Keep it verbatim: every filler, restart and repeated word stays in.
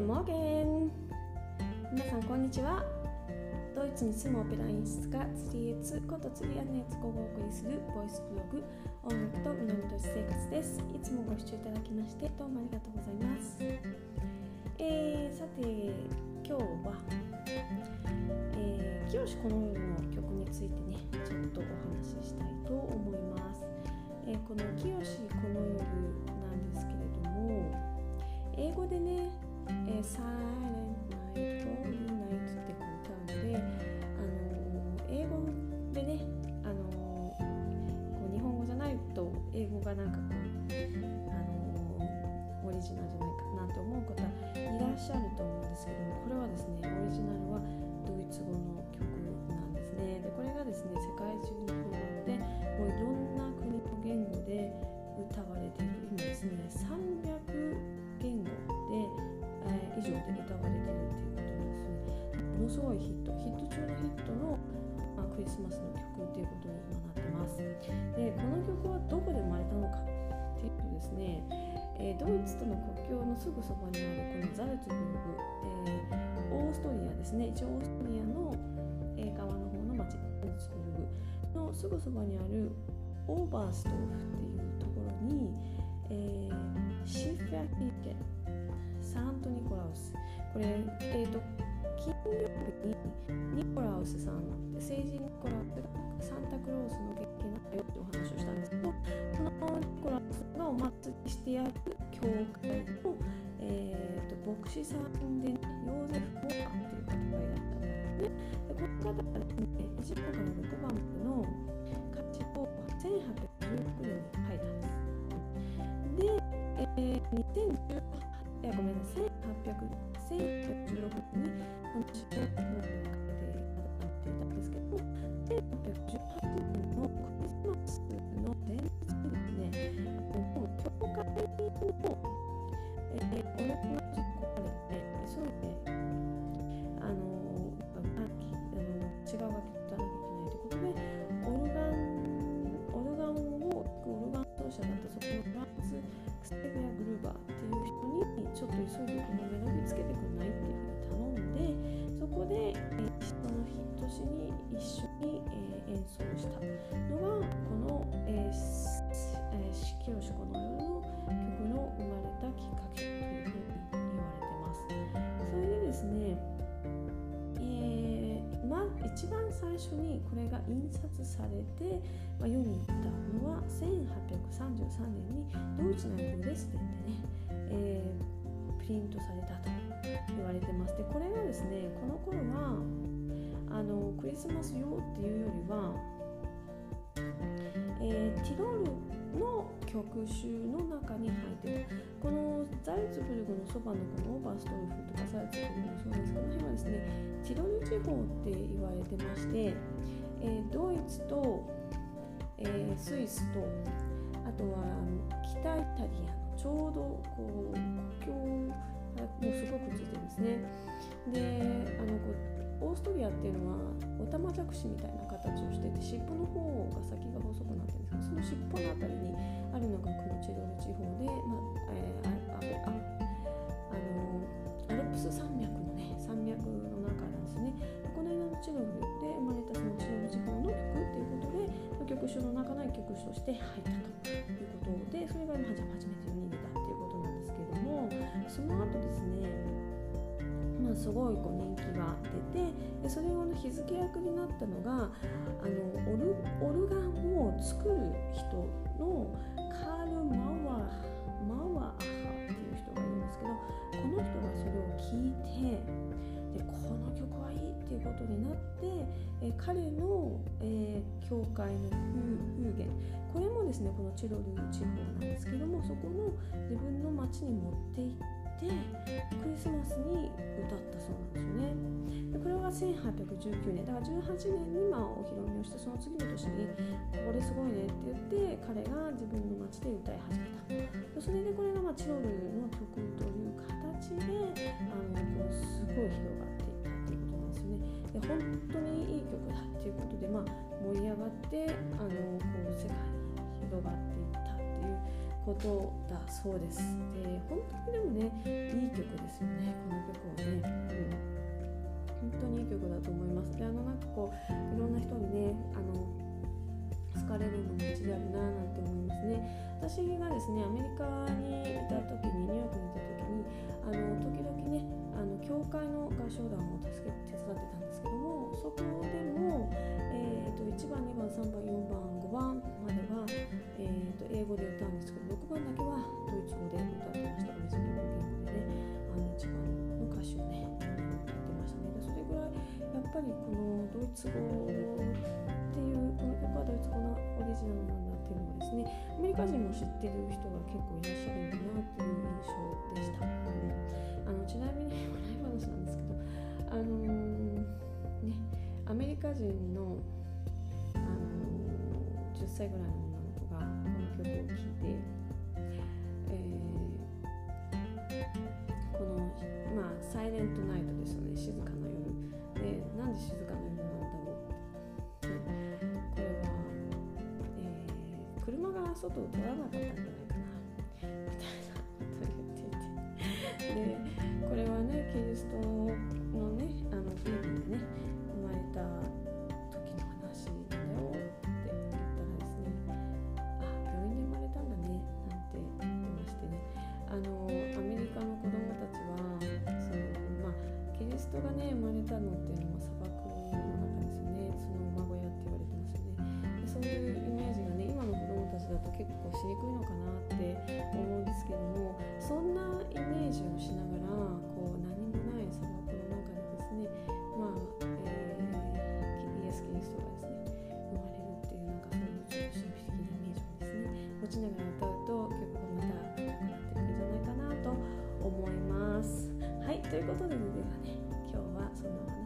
Guten Morgen。皆さんこんにちは。ドイツに住むオペラ演出家釣りエツこと釣りアンネツコがお送りするボイスブログ音楽と南都市生活です。いつもご視聴いただきましてどうもありがとうございます。えー、さて今日は、えー、清この夜の曲についてねちょっとお話ししたいと思います。えー、この清この夜なんですけれども、英語でね、えー、Silent Night, Holy Night ってこう歌うので、あのー、英語でね、あのー、こう日本語じゃないと英語がなんかこう、あのー、オリジナルじゃないかなって思う方いらっしゃると思うんですけども、これはですね、オリジナルはドイツ語の曲なんですね。で、これがですね、世界中に広がってもういろんな国の言語で歌われている。今ですね、さんびゃく言語で、えー、以上で歌われているということなんですね。ものすごいヒット、ヒット中のヒットの、まあ、クリスマスの曲ということに今なってます。で、この曲はどこで生まれたのかっていうとですね、えー、ドイツとの国境のすぐそばにあるこのザルツブルグ、えー、オーストリアですね、一応オーストリアの、えー、側の方の町、ザルツブルグのすぐそばにあるオーバーストーフっていうところに、えー、シフェフィケサントニコラウス、これ、えーと、金曜日にニコラウスさん、聖人ニコラウスがサンタクロースの原型なんだよってお話をしたんですけど、そのニコラウスがお祭りしてやる教会の、えーと、牧師さんで、ね、ヨーゼフ・モーカーっていう方がいらっしゃるんですね。で、この方がですね、いちばんからろくばんまでの歌詞をせんはっぴゃくじゅうろくねんに書いたんです。で、えー、にせんじゅうはちいやごめんなさい、せんはっぴゃくじゅうろくねんにこの詩をもう書いていただいたんですけど、せんはっぴゃくじゅうはちねんのクリスマスの前日にですね、もう教会の、えー、お亡くなりに来られて、急いであの楽器、あの違う楽器を歌わなきゃいけないということで、オルガンオルガンをオルガン奏者だったそこのフランツ・クセビア・グルーバーっていう人にちょっと急いでこのメロディーつけてくんないっていうふうに頼んで、そこで、えー、その日年に一緒に、えー、演奏したのがこの、えーえー、清この夜の曲の生まれたきっかけというふうに言われてます。それでですね、えー、まあ一番最初にこれが印刷されて、まあ、世に行ったのはせんはっぴゃくさんじゅうさんねんにドイツのドレスデンでね、えー、プリントされたと言われてます。で、これがですね、この頃はあのクリスマス用っていうよりは、えー、ティロールの曲集の中に入っている。このザルツブルグのそばのこのオーバーストルフとかザルツブルグもそうですけど、この辺はですね、ティロル地方って言われてまして、えー、ドイツと、えー、スイスと、あとは北イタリアのちょうどこう国境がもうすごくついてるんですね。で、あのこうオーストリアっていうのはオタマジャクシみたいな形をしてて、尻尾の方が先が細くなってるんですけど、その尻尾のあたりにあるのがこのチロル地方で、まあえー、あああのアルプス山脈のね山脈の中なんですね。この間のチロルで生まれたそのチロル地方の曲っていうことで、曲集の中の一曲として入ったということで、それが初めて世に出たっていうことなんですけども、その後ですね、まあ、すごいこう人気が出て、でそれの火付け役になったのがあのオル、オルガンを作る人のカール・マワーマワーアハっていう人がいるんですけど、この人がそれを聞いて、でこの曲はいいっていうことになって、え彼の、えー、教会のフーゲン、これもですねこのチロル地方なんですけども、そこの自分の町に持って行ってクリスマスに歌ったそうなんですよね。でこれはせんはっぴゃくじゅうきゅうねんだからじゅうはちねんにまあお披露目をして、その次の年にこれすごいねって言って彼が自分の町で歌い始めた。それでこれがまあチロルの曲という形であのこうすごい広がっていったっていうことなんですよね。で本当にいい曲だっていうことで、まあ、盛り上がってあのこう世界に広がっていったっていうことだそうです。で本当にでもねいい曲ですよね、この曲はね、うん、本当にいい曲だと思います。であのなんかこういろんな人にねあの好かれるのも一であるななんて思いますね。私がですねアメリカにいた時にニューヨークにいた時にあの時々ねあの教会の合唱団を助け手伝ってたんですけども、そこでも、えー、といちばんにばんさんばんよんばんごばんまでは、えー、と英語で歌うんですけど、ろくばんだけはドイツ語で歌ってました。オリジナル言語でねあのいちばんの歌詞をね歌ってましたね。でそれぐらいやっぱりこのドイツ語っていうこの曲はドイツ語のオリジナルなんだっていうのがですねアメリカ人も知ってる人が結構いらっしゃるんだなっていう印象でした。あのちなみに笑い話なんですけどあのー、ねアメリカ人の、あのー、じゅっさいぐらいの女の子がこの曲を聴いて、えー、このまあサイレントナイトですよね、静かな夜で、なんで静かな夜なんだろうって、これは、えー、車が外を通らなかったんじゃないかなみたいなことを言っていて、でこれはねキリストのねあのベイビーがね生まれた時の話だよって言ったらですね、あ病院で生まれたんだねなんて言ってましてね、あのアメリカの子供たちはそのまあキリストがね生まれたのっていうのは砂漠の中ですよね。その馬小屋って言われてますよね。でそういうイメージがね今の子供たちだと結構しにくいのかなって思うんですけども、そんなイメージをしながらこう何もない砂漠の中でですね、まあ、えー、イエス・キリストがですね生まれるっていうなんかそういうちょっと神秘的なイメージをですね持ちながら歌うと曲がまた深くなっていくんじゃないかなと思います。はい、ということで、ではね今日はそんなお話